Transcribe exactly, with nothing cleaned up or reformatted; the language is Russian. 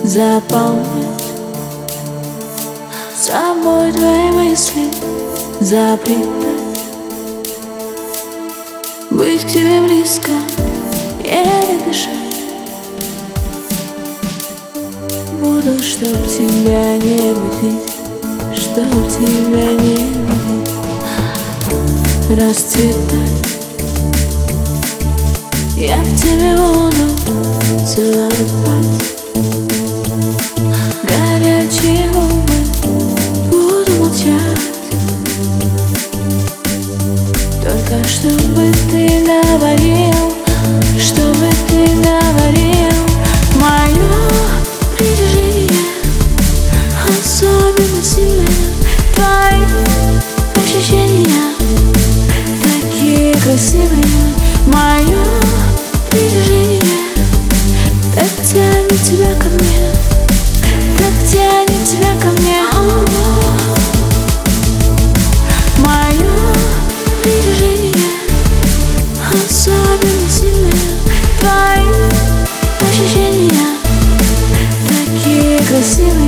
заполнять собой твои мысли, заплетать, быть к тебе близко, еле дышать. Буду, чтоб тебя не будить, чтоб тебя не будить, расцветать. Я в тебе буду целовать, горячие губы буду молчать, только чтобы ты говорил, чтобы ты говорил. Мое притяжение особенно сильное, твои ощущения такие красивые. Мое притяжение так тянет тебя ко мне, так тянет тебя ко мне. Мое притяжение особенно сильное, твои ощущения такие красивые.